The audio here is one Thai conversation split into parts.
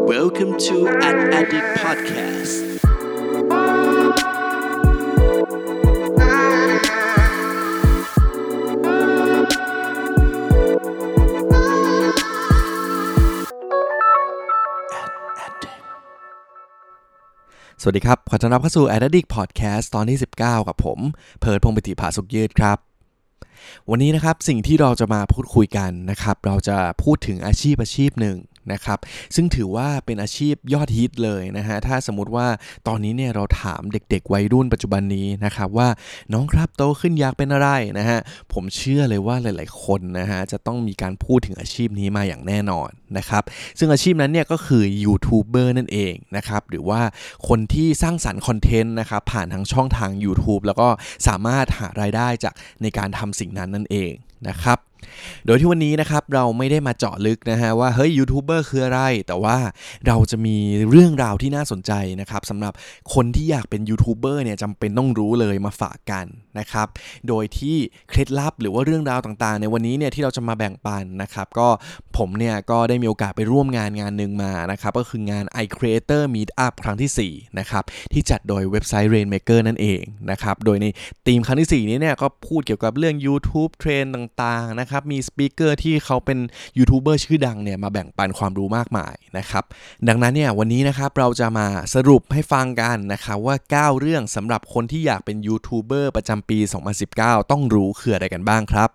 Welcome to Ad Addict Podcast สวัสดีครับขอต้อนรับเข้าสู่ Ad Addict Podcast ตอนที่19กับผมเพิร์ท พงษ์ปิติภาสุขยืดครับวันนี้นะครับสิ่งที่เราจะมาพูดคุยกันนะครับเราจะพูดถึงอาชีพหนึ่งนะครับซึ่งถือว่าเป็นอาชีพยอดฮิตเลยนะฮะถ้าสมมุติว่าตอนนี้เนี่ยเราถามเด็กๆวัยรุ่นปัจจุบันนี้นะครับว่าน้องครับโตขึ้นอยากเป็นอะไรนะฮะผมเชื่อเลยว่าหลายๆคนนะฮะจะต้องมีการพูดถึงอาชีพนี้มาอย่างแน่นอนนะครับซึ่งอาชีพนั้นเนี่ยก็คือยูทูบเบอร์นั่นเองนะครับหรือว่าคนที่สร้างสรรค์คอนเทนต์นะครับผ่านทางช่องทาง YouTube แล้วก็สามารถหารายได้จากในการทำสิ่งนั้นนั่นเองนะครับโดยที่วันนี้นะครับเราไม่ได้มาเจาะลึกนะฮะว่าเฮ้ยยูทูบเบอร์คืออะไรแต่ว่าเราจะมีเรื่องราวที่น่าสนใจนะครับสำหรับคนที่อยากเป็นยูทูบเบอร์เนี่ยจำเป็นต้องรู้เลยมาฝากกันนะครับโดยที่เคล็ดลับหรือว่าเรื่องราวต่างๆในวันนี้เนี่ยที่เราจะมาแบ่งปันนะครับก็ผมเนี่ยก็ได้มีโอกาสไปร่วมงานนึงมานะครับก็คืองาน iCreator Meetup ครั้งที่4นะครับที่จัดโดยเว็บไซต์ Rainmaker นั่นเองนะครับโดยในธีมครั้งที่4นี้เนี่ยก็พูดเกี่ยวกับเรื่อง YouTube เทรนด์ต่างๆนะครับมีสปีกเกอร์ที่เขาเป็นยูทูบเบอร์ชื่อดังเนี่ยมาแบ่งปันความรู้มากมายนะครับดังนั้นเนี่ยวันนี้นะครับเราจะมาสรุปให้ฟังกันนะครับว่า9เรื่องสำหรับคนที่อยากเป็นยูทูบเบอร์ประจำปี2019ต้องรู้คืออะไรกันบ้างครับ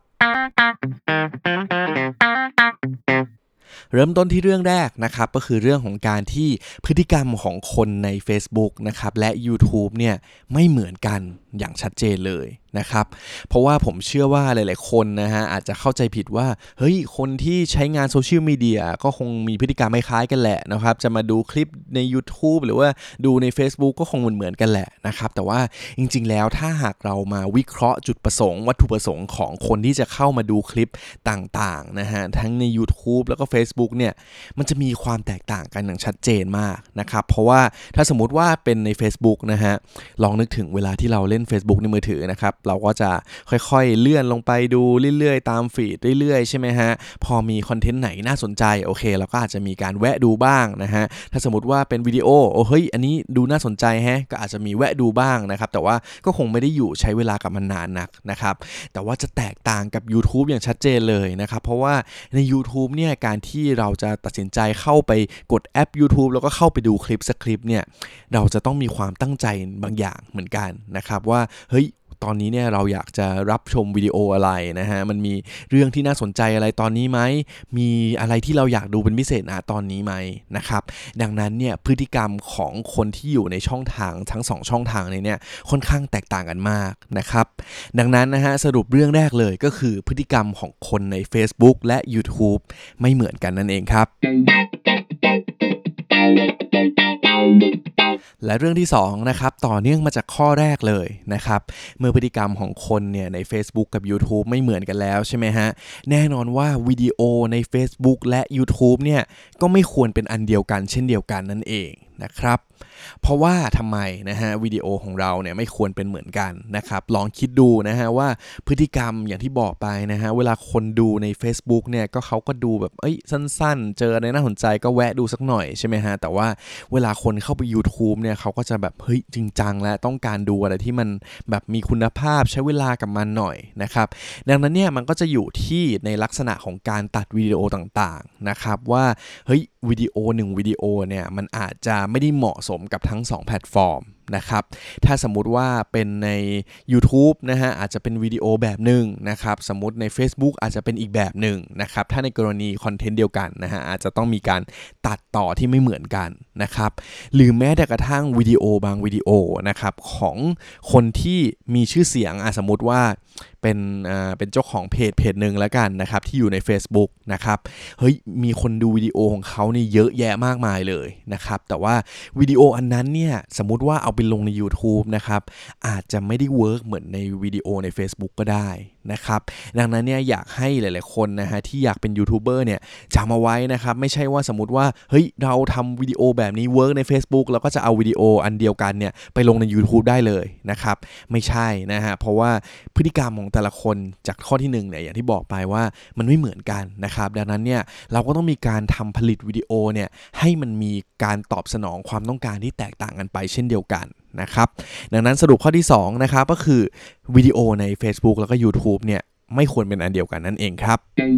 เริ่มต้นที่เรื่องแรกนะครับก็คือเรื่องของการที่พฤติกรรมของคนใน Facebook นะครับและ YouTube เนี่ยไม่เหมือนกันอย่างชัดเจนเลยนะครับเพราะว่าผมเชื่อว่าหลายๆคนนะฮะอาจจะเข้าใจผิดว่าเฮ้ยคนที่ใช้งานโซเชียลมีเดียก็คงมีพฤติกรรมคล้ายๆกันแหละนะครับจะมาดูคลิปใน YouTube หรือว่าดูใน Facebook ก็คงเหมือนกันแหละนะครับแต่ว่าจริงๆแล้วถ้าหากเรามาวิเคราะห์จุดประสงค์วัตถุประสงค์ของคนที่จะเข้ามาดูคลิปต่างๆนะฮะทั้งใน YouTube แล้วก็ Facebook เนี่ยมันจะมีความแตกต่างกันอย่างชัดเจนมากนะครับเพราะว่าถ้าสมมุติว่าเป็นใน Facebook นะฮะลองนึกถึงเวลาที่เราเล่น Facebook ในมือถือนะครับเราก็จะค่อยๆเลื่อนลงไปดูเรื่อยๆตามฟีดเรื่อยๆใช่ไหมฮะพอมีคอนเทนต์ไหนน่าสนใจโอเคเราก็อาจจะมีการแวะดูบ้างนะฮะถ้าสมมติว่าเป็นวิดีโอโอ้เฮ้ยอันนี้ดูน่าสนใจแฮะก็อาจจะมีแวะดูบ้างนะครับแต่ว่าก็คงไม่ได้อยู่ใช้เวลากับมันนานนักนะครับแต่ว่าจะแตกต่างกับ YouTube อย่างชัดเจนเลยนะครับเพราะว่าใน YouTube เนี่ยการที่เราจะตัดสินใจเข้าไปกดแอป YouTube แล้วก็เข้าไปดูคลิปสักคลิปเนี่ยเราจะต้องมีความตั้งใจบางอย่างเหมือนกันนะครับว่าเฮ้ยตอนนี้เนี่ยเราอยากจะรับชมวิดีโออะไรนะฮะมันมีเรื่องที่น่าสนใจอะไรตอนนี้ไหมมีอะไรที่เราอยากดูเป็นพิเศษตอนนี้ไหมนะครับดังนั้นเนี่ยพฤติกรรมของคนที่อยู่ในช่องทางทั้ง2ช่องทางเนี่ยค่อนข้างแตกต่างกันมากนะครับดังนั้นนะฮะสรุปเรื่องแรกเลยก็คือพฤติกรรมของคนใน Facebook และ YouTube ไม่เหมือนกันนั่นเองครับและเรื่องที่2นะครับต่อเนื่องมาจากข้อแรกเลยนะครับเมื่อพฤติกรรมของคนเนี่ยใน Facebook กับ YouTube ไม่เหมือนกันแล้วใช่ไหมฮะแน่นอนว่าวิดีโอใน Facebook และ YouTube เนี่ยก็ไม่ควรเป็นอันเดียวกันเช่นเดียวกันนั่นเองนะครับเพราะว่าทำไมนะฮะวิดีโอของเราเนี่ยไม่ควรเป็นเหมือนกันนะครับลองคิดดูนะฮะว่าพฤติกรรมอย่างที่บอกไปนะฮะเวลาคนดูใน Facebook เนี่ยก็เขาก็ดูแบบสั้นๆเจออะไรน่าสนใจก็แวะดูสักหน่อยใช่ไหมฮะแต่ว่าเวลาคนเข้าไป YouTube เนี่ยเขาก็จะแบบเฮ้ยจริงจังและต้องการดูอะไรที่มันแบบมีคุณภาพใช้เวลากับมันหน่อยนะครับดังนั้นเนี่ยมันก็จะอยู่ที่ในลักษณะของการตัดวิดีโอต่างๆนะครับว่าเฮ้ยวิดีโอ1วิดีโอเนี่ยมันอาจจะไม่ได้เหมาะสมกับทั้ง2แพลตฟอร์มนะครับถ้าสมมุติว่าเป็นใน YouTube นะฮะอาจจะเป็นวิดีโอแบบหนึ่งนะครับสมมุติใน Facebook อาจจะเป็นอีกแบบหนึ่งนะครับถ้าในกรณีคอนเทนต์เดียวกันนะฮะอาจจะต้องมีการตัดต่อที่ไม่เหมือนกันนะครับหรือแม้แต่กระทั่งวิดีโอบางวิดีโอนะครับของคนที่มีชื่อเสียงสมมุติว่าเป็นเจ้าของเพจหนึ่งแล้วกันนะครับที่อยู่ใน Facebook นะครับเฮ้ยมีคนดูวิดีโอของเขาเนี่ยเยอะแยะมากมายเลยนะครับแต่ว่าวิดีโออันนั้นเนี่ยสมมุติว่าเอาไปลงใน YouTube นะครับอาจจะไม่ได้เวิร์กเหมือนในวิดีโอใน Facebook ก็ได้นะครับดังนั้นเนี่ยอยากให้หลายๆคนนะฮะที่อยากเป็นยูทูบเบอร์เนี่ยจำเอาไว้นะครับไม่ใช่ว่าสมมติว่าเฮ้ยเราทำวิดีโอแบบนี้เวิร์กใน Facebook แล้วก็จะเอาวิดีโออันเดียวกันเนี่ยไปลงใน YouTube ได้เลยนะครับไม่ใช่นะฮะเพราะว่าพฤติกรรมของแต่ละคนจากข้อที่1เนี่ยอย่างที่บอกไปว่ามันไม่เหมือนกันนะครับดังนั้นเนี่ยเราก็ต้องมีการทำผลิตวิดีโอเนี่ยให้มันมีการตอบสนองความต้องการที่แตกต่างกันไปเช่นเดียวกันนะครับดังนั้นสรุปข้อที่2นะครับก็คือวิดีโอใน Facebook แล้วก็ YouTube เนี่ยไม่ควรเป็นอันเดียวกันนั่นเองครับ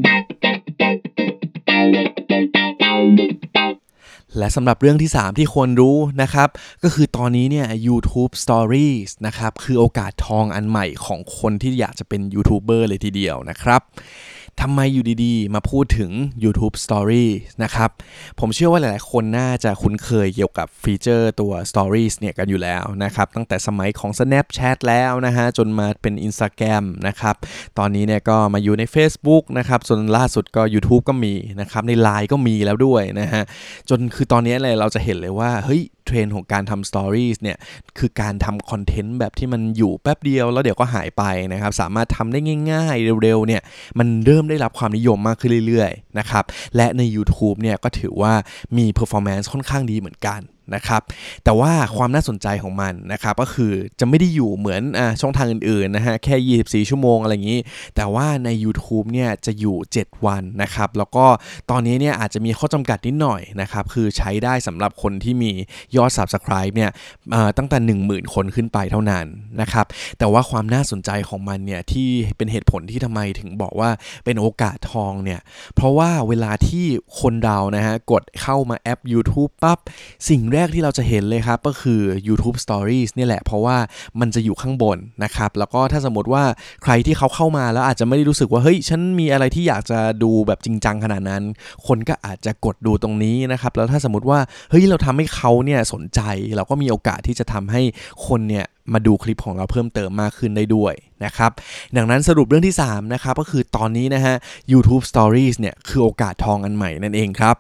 และสำหรับเรื่องที่3ที่ควรรู้นะครับก็คือตอนนี้เนี่ย YouTube Stories นะครับคือโอกาสทองอันใหม่ของคนที่อยากจะเป็นยูทูบเบอร์เลยทีเดียวนะครับทำไมอยู่ดีๆมาพูดถึง YouTube Story นะครับผมเชื่อว่าหลายๆคนน่าจะคุ้นเคยเกี่ยวกับฟีเจอร์ตัว Stories เนี่ยกันอยู่แล้วนะครับตั้งแต่สมัยของ Snapchat แล้วนะฮะจนมาเป็น Instagram นะครับตอนนี้เนี่ยก็มาอยู่ใน Facebook นะครับจนล่าสุดก็ YouTube ก็มีนะครับใน LINE ก็มีแล้วด้วยนะฮะจนคือตอนนี้เราจะเห็นเลยว่าเฮ้ยเทรนด์ของการทำ Stories เนี่ยคือการทำคอนเทนต์แบบที่มันอยู่แป๊บเดียวแล้วเดี๋ยวก็หายไปนะครับสามารถทำได้ง่ายๆเร็วๆเนี่ยมันเริ่มได้รับความนิยมมากขึ้นเรื่อยๆนะครับและใน YouTube เนี่ยก็ถือว่ามี performance ค่อนข้างดีเหมือนกันนะครับแต่ว่าความน่าสนใจของมันนะครับก็คือจะไม่ได้อยู่เหมือนช่องทางอื่นๆนะฮะแค่24ชั่วโมงอะไรอย่างนี้แต่ว่าใน YouTube เนี่ยจะอยู่7วันนะครับแล้วก็ตอนนี้เนี่ยอาจจะมีข้อจำกัดนิดหน่อยนะครับคือใช้ได้สำหรับคนที่มียอด Subscribe เนี่ยตั้งแต่ 10,000 คนขึ้นไปเท่านั้นนะครับแต่ว่าความน่าสนใจของมันเนี่ยที่เป็นเหตุผลที่ทำไมถึงบอกว่าเป็นโอกาสทองเนี่ยเพราะว่าเวลาที่คนเรานะฮะกดเข้ามาแอป YouTube ปั๊บสิ่งแรกที่เราจะเห็นเลยครับก็คือ YouTube Stories นี่แหละเพราะว่ามันจะอยู่ข้างบนนะครับแล้วก็ถ้าสมมติว่าใครที่เขาเข้ามาแล้วอาจจะไม่ได้รู้สึกว่าเฮ้ยฉันมีอะไรที่อยากจะดูแบบจริงจังขนาดนั้นคนก็อาจจะกดดูตรงนี้นะครับแล้วถ้าสมมติว่าเฮ้ยเราทำให้เขาเนี่ยสนใจเราก็มีโอกาสที่จะทำให้คนเนี่ยมาดูคลิปของเราเพิ่มเติมมากขึ้นได้ด้วยนะครับดังนั้นสรุปเรื่องที่3นะครับก็คือตอนนี้นะฮะ YouTube Stories เนี่ยคือโอกาสทองอันใหม่นั่นเองครับ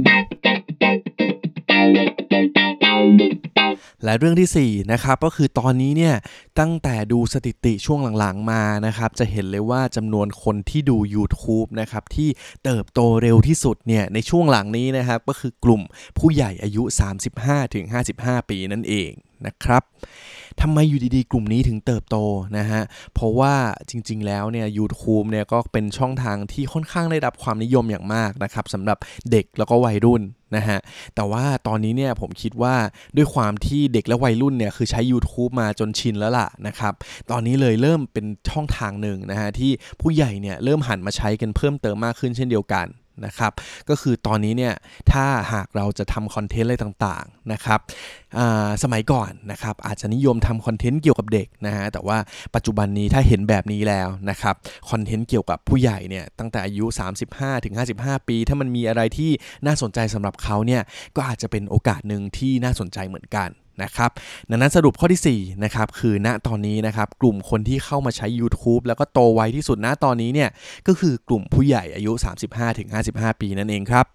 และเรื่องที่4นะครับก็คือตอนนี้เนี่ยตั้งแต่ดูสถิติช่วงหลังๆมานะครับจะเห็นเลยว่าจำนวนคนที่ดู YouTube นะครับที่เติบโตเร็วที่สุดเนี่ยในช่วงหลังนี้นะครับก็คือกลุ่มผู้ใหญ่อายุ 35-55 ปีนั่นเองนะครับทำไมอยู่ดีๆกลุ่มนี้ถึงเติบโตนะฮะเพราะว่าจริงๆแล้วเนี่ย YouTube เนี่ยก็เป็นช่องทางที่ค่อนข้างได้รับความนิยมอย่างมากนะครับสำหรับเด็กแล้วก็วัยรุ่นนะฮะแต่ว่าตอนนี้เนี่ยผมคิดว่าด้วยความที่เด็กและวัยรุ่นเนี่ยคือใช้ YouTube มาจนชินแล้วล่ะนะครับตอนนี้เลยเริ่มเป็นช่องทางหนึ่งนะฮะที่ผู้ใหญ่เนี่ยเริ่มหันมาใช้กันเพิ่มเติมมากขึ้นเช่นเดียวกันนะครับก็คือตอนนี้เนี่ยถ้าหากเราจะทำคอนเทนต์อะไรต่างๆนะครับสมัยก่อนนะครับอาจจะนิยมทำคอนเทนต์เกี่ยวกับเด็กนะฮะแต่ว่าปัจจุบันนี้ถ้าเห็นแบบนี้แล้วนะครับคอนเทนต์เกี่ยวกับผู้ใหญ่เนี่ยตั้งแต่อายุ 35-55 ปีถ้ามันมีอะไรที่น่าสนใจสำหรับเขาเนี่ยก็อาจจะเป็นโอกาสหนึ่งที่น่าสนใจเหมือนกันนะครับดังนั้นสรุปข้อที่4นะครับคือณตอนนี้นะครับกลุ่มคนที่เข้ามาใช้ YouTube แล้วก็โตไวที่สุดณตอนนี้เนี่ยก็คือกลุ่มผู้ใหญ่อายุ 35-55 ปีนั่นเองครับ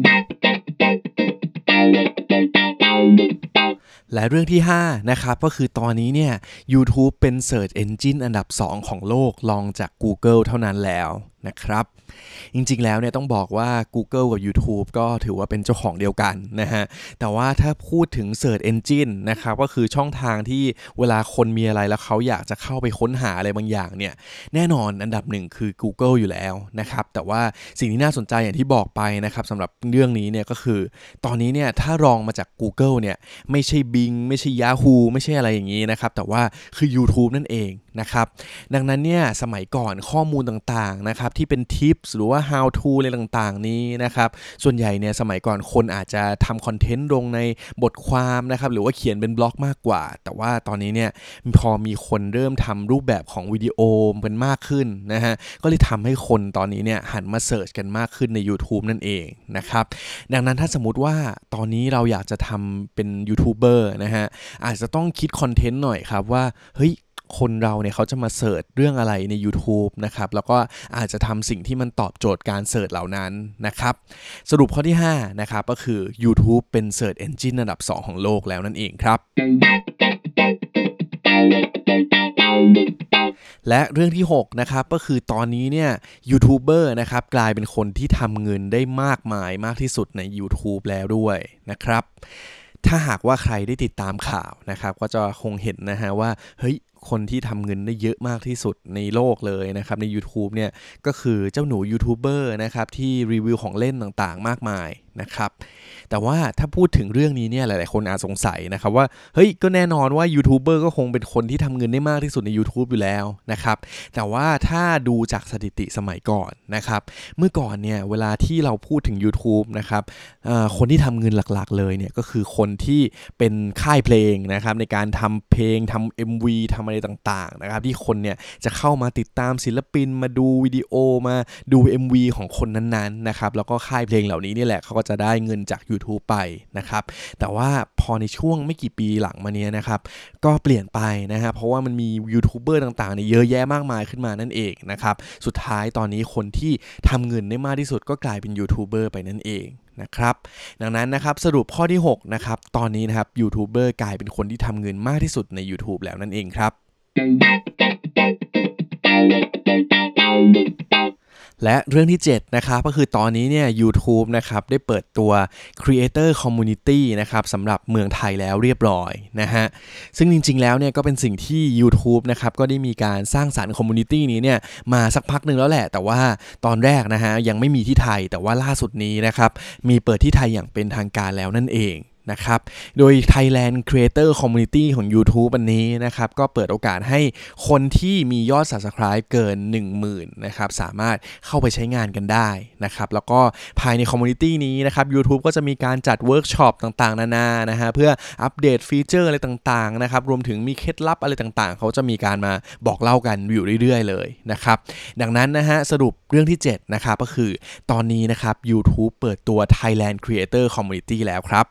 และเรื่องที่5นะครับก็คือตอนนี้เนี่ย YouTube เป็น Search Engine อันดับ2ของโลกรองจาก Google เท่านั้นแล้วนะครับจริงๆแล้วเนี่ยต้องบอกว่า Google กับ YouTube ก็ถือว่าเป็นเจ้าของเดียวกันนะฮะแต่ว่าถ้าพูดถึง Search Engine นะครับก็คือช่องทางที่เวลาคนมีอะไรแล้วเขาอยากจะเข้าไปค้นหาอะไรบางอย่างเนี่ยแน่นอนอันดับ1คือ Google อยู่แล้วนะครับแต่ว่าสิ่งที่น่าสนใจอย่างที่บอกไปนะครับสำหรับเรื่องนี้เนี่ยก็คือตอนนี้เนี่ยถ้ารองมาจาก Google เนี่ยไม่ใช่ Bing ไม่ใช่ Yahoo ไม่ใช่อะไรอย่างนี้นะครับแต่ว่าคือ YouTube นั่นเองนะครับดังนั้นเนี่ยสมัยก่อนข้อมูลต่างๆนะครับที่เป็น tips หรือว่า how to อะไรต่างๆนี้นะครับส่วนใหญ่เนี่ยสมัยก่อนคนอาจจะทำคอนเทนต์ลงในบทความนะครับหรือว่าเขียนเป็นบล็อกมากกว่าแต่ว่าตอนนี้เนี่ยพอมีคนเริ่มทำรูปแบบของวิดีโอเป็นมากขึ้นนะฮะก็เลยทำให้คนตอนนี้เนี่ยหันมาเสิร์ชกันมากขึ้นใน YouTube นั่นเองนะครับดังนั้นถ้าสมมติว่าตอนนี้เราอยากจะทำเป็นยูทูบเบอร์นะฮะอาจจะต้องคิดคอนเทนต์หน่อยครับว่าเฮ้ยคนเราเนี่ยเขาจะมาเสิร์ชเรื่องอะไรใน YouTube นะครับแล้วก็อาจจะทำสิ่งที่มันตอบโจทย์การเสิร์ชเหล่านั้นนะครับสรุปข้อที่5นะครับก็คือ YouTube เป็น Search Engine อันดับ2ของโลกแล้วนั่นเองครับและเรื่องที่6นะครับก็คือตอนนี้เนี่ยยูทูบเบอร์นะครับกลายเป็นคนที่ทำเงินได้มากมายมากที่สุดใน YouTube แล้วด้วยนะครับถ้าหากว่าใครได้ติดตามข่าวนะครับก็จะคงเห็นนะฮะว่าเฮ้ยคนที่ทำเงินได้เยอะมากที่สุดในโลกเลยนะครับใน YouTube เนี่ยก็คือเจ้าหนูยูทูบเบอร์นะครับที่รีวิวของเล่นต่างๆมากมายนะครับแต่ว่าถ้าพูดถึงเรื่องนี้เนี่ยหลายๆคนอาจสงสัยนะครับว่าเฮ้ยก็แน่นอนว่ายูทูบเบอร์ก็คงเป็นคนที่ทำเงินได้มากที่สุดใน YouTube อยู่แล้วนะครับแต่ว่าถ้าดูจากสถิติสมัยก่อนนะครับเมื่อก่อนเนี่ยเวลาที่เราพูดถึง YouTube นะครับคนที่ทำเงินหลักๆเลยเนี่ยก็คือคนที่เป็นค่ายเพลงนะครับในการทำเพลงทำ MV ทำอะไรต่างๆนะครับที่คนเนี่ยจะเข้ามาติดตามศิลปินมาดูวิดีโอมาดู MV ของคนนั้นๆนะครับแล้วก็ค่ายเพลงเหล่านี้นี่แหละเขาก็จะได้เงินจาก YouTube ไปนะครับแต่ว่าพอในช่วงไม่กี่ปีหลังมานี้นะครับก็เปลี่ยนไปนะฮะเพราะว่ามันมียูทูบเบอร์ต่างๆเนี่ยเยอะแยะมากมายขึ้นมานั่นเองนะครับสุดท้ายตอนนี้คนที่ทำเงินได้มากที่สุดก็กลายเป็นยูทูบเบอร์ไปนั่นเองนะครับดังนั้นนะครับสรุปข้อที่6นะครับตอนนี้นะครับยูทูบเบอร์กลายเป็นคนที่ทำเงินมากที่สุดใน YouTube แล้วนั่นเองครับและเรื่องที่7นะครับก็คือตอนนี้เนี่ย YouTube นะครับได้เปิดตัว Creator Community นะครับสำหรับเมืองไทยแล้วเรียบร้อยนะฮะซึ่งจริงๆแล้วเนี่ยก็เป็นสิ่งที่ YouTube นะครับก็ได้มีการสร้างสรรค์ Community นี้เนี่ยมาสักพักนึงแล้วแหละแต่ว่าตอนแรกนะฮะยังไม่มีที่ไทยแต่ว่าล่าสุดนี้นะครับมีเปิดที่ไทยอย่างเป็นทางการแล้วนั่นเองนะครับโดย Thailand Creator Community ของ YouTube อันนี้นะครับก็เปิดโอกาสให้คนที่มียอด Subscribe เกิน 10,000 นะครับสามารถเข้าไปใช้งานกันได้นะครับแล้วก็ภายใน Community นี้นะครับ YouTube ก็จะมีการจัดเวิร์กช็อปต่างๆนานานะฮะเพื่ออัปเดตฟีเจอร์อะไรต่างๆนะครับรวมถึงมีเคล็ดลับอะไรต่างๆเขาจะมีการมาบอกเล่ากันอยู่เรื่อยๆเลยนะครับดังนั้นนะฮะสรุปเรื่องที่7นะครับก็คือตอนนี้นะครับ YouTube เปิดตัว Thailand Creator Community แล้วครับ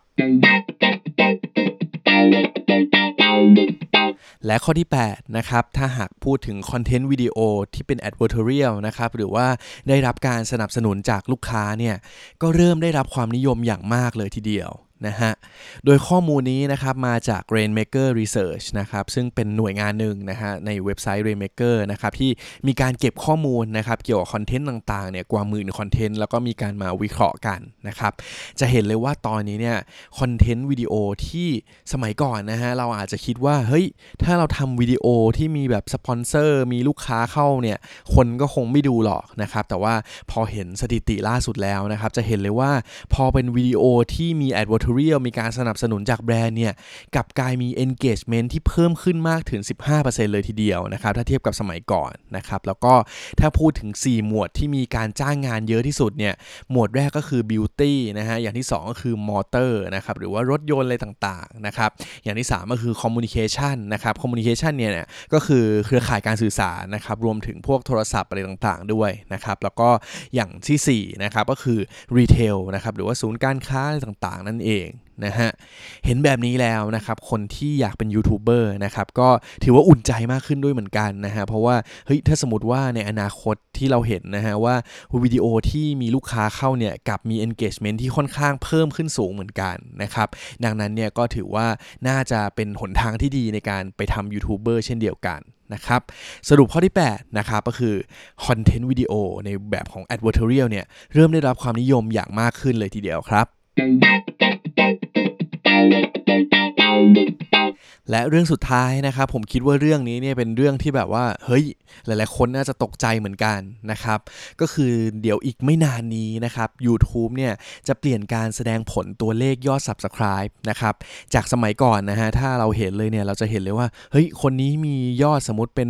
และข้อที่8นะครับถ้าหากพูดถึงคอนเทนต์วิดีโอที่เป็น advertorial นะครับหรือว่าได้รับการสนับสนุนจากลูกค้าเนี่ยก็เริ่มได้รับความนิยมอย่างมากเลยทีเดียวนะฮะโดยข้อมูลนี้นะครับมาจาก Rainmaker Research นะครับซึ่งเป็นหน่วยงานหนึ่งนะฮะในเว็บไซต์ Rainmaker นะครับที่มีการเก็บข้อมูลนะครับเกี่ยวกับคอนเทนต์ต่างๆเนี่ยกว่าหมื่นคอนเทนต์แล้วก็มีการมาวิเคราะห์กันนะครับจะเห็นเลยว่าตอนนี้เนี่ยคอนเทนต์วิดีโอที่สมัยก่อนนะฮะเราอาจจะคิดว่าเฮ้ยถ้าเราทำวิดีโอที่มีแบบสปอนเซอร์มีลูกค้าเข้าเนี่ยคนก็คงไม่ดูหรอกนะครับแต่ว่าพอเห็นสถิติล่าสุดแล้วนะครับจะเห็นเลยว่าพอเป็นวิดีโอที่มี advertorial มีการสนับสนุนจากแบรนด์เนี่ยกับกลายมี engagement ที่เพิ่มขึ้นมากถึง 15% เลยทีเดียวนะครับถ้าเทียบกับสมัยก่อนนะครับแล้วก็ถ้าพูดถึง4หมวดที่มีการจ้างงานเยอะที่สุดเนี่ยหมวดแรกก็คือ beauty นะฮะอย่างที่2ก็คือ motor นะครับหรือว่ารถยนต์อะไรต่างๆนะครับอย่างที่3ก็คือ communication นะครับ communication เนี่ยก็คือเครือข่ายการสื่อสารนะครับรวมถึงพวกโทรศัพท์อะไรต่างๆด้วยนะครับแล้วก็อย่างที่4นะครับก็คือ retail นะครับหรือว่าศูนย์การค้าอะไรต่างๆนั่นเองนะฮะเห็นแบบนี้แล้วนะครับคนที่อยากเป็นยูทูบเบอร์นะครับก็ถือว่าอุ่นใจมากขึ้นด้วยเหมือนกันนะฮะเพราะว่าเฮ้ยถ้าสมมติว่าในอนาคตที่เราเห็นนะฮะว่าวิดีโอที่มีลูกค้าเข้าเนี่ยกับมี engagement ที่ค่อนข้างเพิ่มขึ้นสูงเหมือนกันนะครับดังนั้นเนี่ยก็ถือว่าน่าจะเป็นหนทางที่ดีในการไปทำยูทูบเบอร์เช่นเดียวกันนะครับสรุปข้อที่8นะครับก็คือคอนเทนต์วิดีโอในแบบของ advertorial เนี่ยเริ่มได้รับความนิยมอย่างมากขึ้นเลยทีเดียวครับและเรื่องสุดท้ายนะครับผมคิดว่าเรื่องนี้เนี่ยเป็นเรื่องที่แบบว่าเฮ้ยหลายๆคนน่าจะตกใจเหมือนกันนะครับก็คือเดี๋ยวอีกไม่นานนี้นะครับ YouTube เนี่ยจะเปลี่ยนการแสดงผลตัวเลขยอด Subscribe นะครับจากสมัยก่อนนะฮะถ้าเราเห็นเลยเนี่ยเราจะเห็นเลยว่าเฮ้ยคนนี้มียอดสมมุติเป็น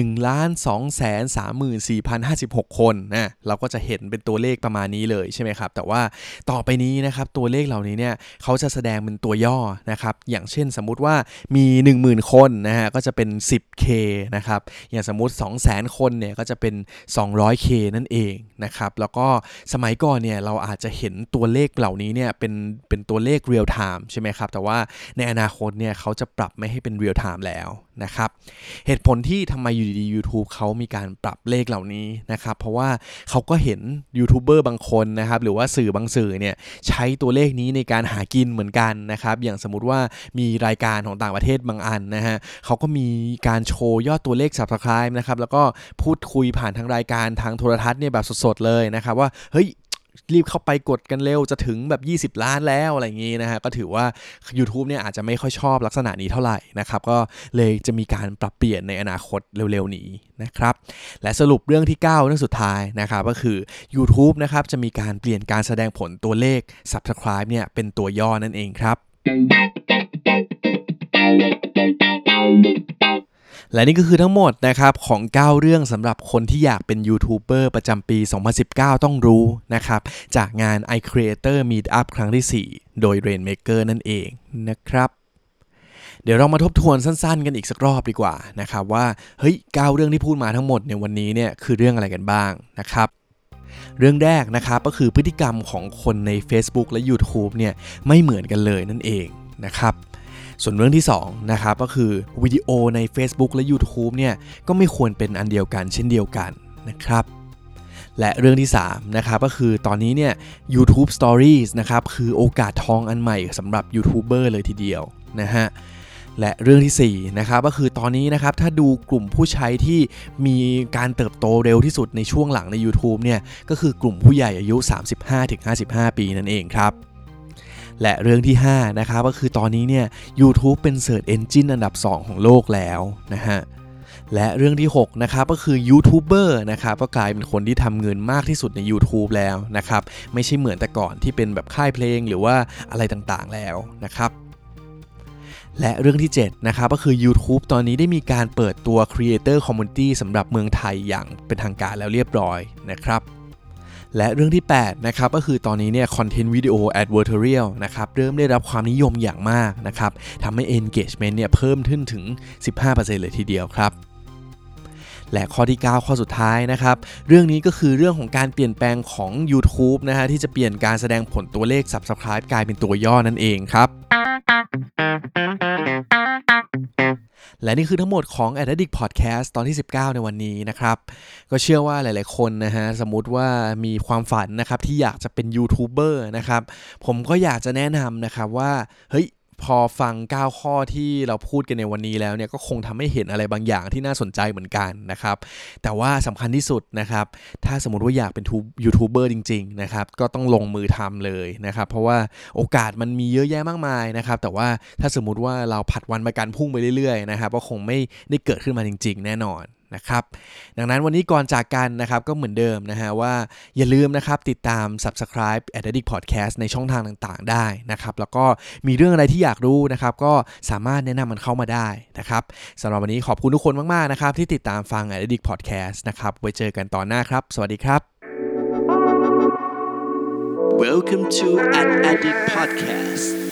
1,234,056 คนนะเราก็จะเห็นเป็นตัวเลขประมาณนี้เลยใช่ไหมครับแต่ว่าต่อไปนี้นะครับตัวเลขเหล่านี้เนี่ยเขาจะแสดงเป็นตัวย่อนะครับอย่างเช่นสมมุติว่ามี 10,000 คนนะฮะก็จะเป็น 10K นะครับอย่างสมมุติ 200,000 คนเนี่ยก็จะเป็น 200K นั่นเองนะครับแล้วก็สมัยก่อนเนี่ยเราอาจจะเห็นตัวเลขเหล่านี้เนี่ยเป็นตัวเลข real time ใช่ไหมครับแต่ว่าในอนาคตเนี่ยเขาจะปรับไม่ให้เป็น real time แล้วนะครับเหตุผลที่ทำไมอยู่ดีๆ YouTube เขามีการปรับเลขเหล่านี้นะครับเพราะว่าเขาก็เห็นยูทูบเบอร์บางคนนะครับหรือว่าสื่อบางสื่อเนี่ยใช้ตัวเลขนี้ในการหากินเหมือนกันนะครับอย่างสมมุติว่ามีรายการของต่างประเทศบางอันนะฮะเขาก็มีการโชว์ยอดตัวเลข Subscribe นะครับแล้วก็พูดคุยผ่านทางรายการทางโทรทัศน์เนี่ยแบบสดๆเลยนะครับว่าเฮ้ยรีบเข้าไปกดกันเร็วจะถึงแบบ20 ล้านแล้วอะไรอย่างงี้นะฮะก็ถือว่า YouTube เนี่ยอาจจะไม่ค่อยชอบลักษณะนี้เท่าไหร่นะครับก็เลยจะมีการปรับเปลี่ยนในอนาคตเร็วๆนี้นะครับและสรุปเรื่องที่9เรื่องสุดท้ายนะครับก็คือ YouTube นะครับจะมีการเปลี่ยนการแสดงผลตัวเลข Subscribe เนี่ยเป็นตัวย่อนั่นเองครับและนี่ก็คือทั้งหมดนะครับของ9เรื่องสำหรับคนที่อยากเป็นยูทูบเบอร์ประจำปี 2019 ต้องรู้นะครับจากงาน iCreator Meetup ครั้งที่4โดย Rainmaker นั่นเองนะครับเดี๋ยวเรามาทบทวนสั้นๆกันอีกสักรอบดีกว่านะครับว่าเฮ้ย9เรื่องที่พูดมาทั้งหมดในวันนี้เนี่ยคือเรื่องอะไรกันบ้างนะครับเรื่องแรกนะครับก็คือพฤติกรรมของคนใน Facebook และ YouTube เนี่ยไม่เหมือนกันเลยนั่นเองนะครับส่วนเรื่องที่2นะครับก็คือวิดีโอใน Facebook และ YouTube เนี่ยก็ไม่ควรเป็นอันเดียวกันเช่นเดียวกันนะครับและเรื่องที่3นะครับก็คือตอนนี้เนี่ย YouTube Stories นะครับคือโอกาสทองอันใหม่สำหรับยูทูบเบอร์เลยทีเดียวนะฮะและเรื่องที่4นะครับก็คือตอนนี้นะครับถ้าดูกลุ่มผู้ใช้ที่มีการเติบโตเร็วที่สุดในช่วงหลังใน YouTube เนี่ยก็คือกลุ่มผู้ใหญ่อายุ 35-55 ปีนั่นเองครับและเรื่องที่5นะครับก็คือตอนนี้เนี่ย YouTube เป็น Search Engine อันดับ2ของโลกแล้วนะฮะและเรื่องที่6นะครับก็คือยูทูบเบอร์นะครับก็กลายเป็นคนที่ทำเงินมากที่สุดใน YouTube แล้วนะครับไม่ใช่เหมือนแต่ก่อนที่เป็นแบบค่ายเพลงหรือว่าอะไรต่างๆแล้วนะครับและเรื่องที่7นะครับก็คือ YouTube ตอนนี้ได้มีการเปิดตัว Creator Community สำหรับเมืองไทยอย่างเป็นทางการแล้วเรียบร้อยนะครับและเรื่องที่8นะครับก็คือตอนนี้เนี่ยคอนเทนต์วิดีโอ Advertorial นะครับเริ่มได้รับความนิยมอย่างมากนะครับทำให้ engagement เนี่ยเพิ่มขึ้นถึง 15% เลยทีเดียวครับและข้อที่9ข้อสุดท้ายนะครับเรื่องนี้ก็คือเรื่องของการเปลี่ยนแปลงของ YouTube นะฮะที่จะเปลี่ยนการแสดงผลตัวเลข Subscribe กลายเป็นตัวย่อนั่นเองครับและนี่คือทั้งหมดของ Addict Podcast ตอนที่19ในวันนี้นะครับก็เชื่อว่าหลายๆคนนะฮะสมมุติว่ามีความฝันนะครับที่อยากจะเป็นยูทูบเบอร์นะครับผมก็อยากจะแนะนำนะครับว่าเฮ้ยพอฟัง9ข้อที่เราพูดกันในวันนี้แล้วเนี่ยก็คงทำให้เห็นอะไรบางอย่างที่น่าสนใจเหมือนกันนะครับแต่ว่าสำคัญที่สุดนะครับถ้าสมมติว่าอยากเป็นยูทูบเบอร์จริงๆนะครับก็ต้องลงมือทำเลยนะครับเพราะว่าโอกาสมันมีเยอะแยะมากมายนะครับแต่ว่าถ้าสมมุติว่าเราผัดวันประกันพรุ่งไปเรื่อยๆนะครับก็คงไม่ได้เกิดขึ้นมาจริงๆแน่นอนนะครับดังนั้นวันนี้ก่อนจากกันนะครับก็เหมือนเดิมนะฮะว่าอย่าลืมนะครับติดตาม Subscribe Addict Podcast ในช่องทางต่างๆได้นะครับแล้วก็มีเรื่องอะไรที่อยากรู้นะครับก็สามารถแนะนำมันเข้ามาได้นะครับสำหรับวันนี้ขอบคุณทุกคนมากๆนะครับที่ติดตามฟัง Addict Podcast นะครับไว้เจอกันตอนหน้าครับสวัสดีครับ Welcome to an Addict Podcast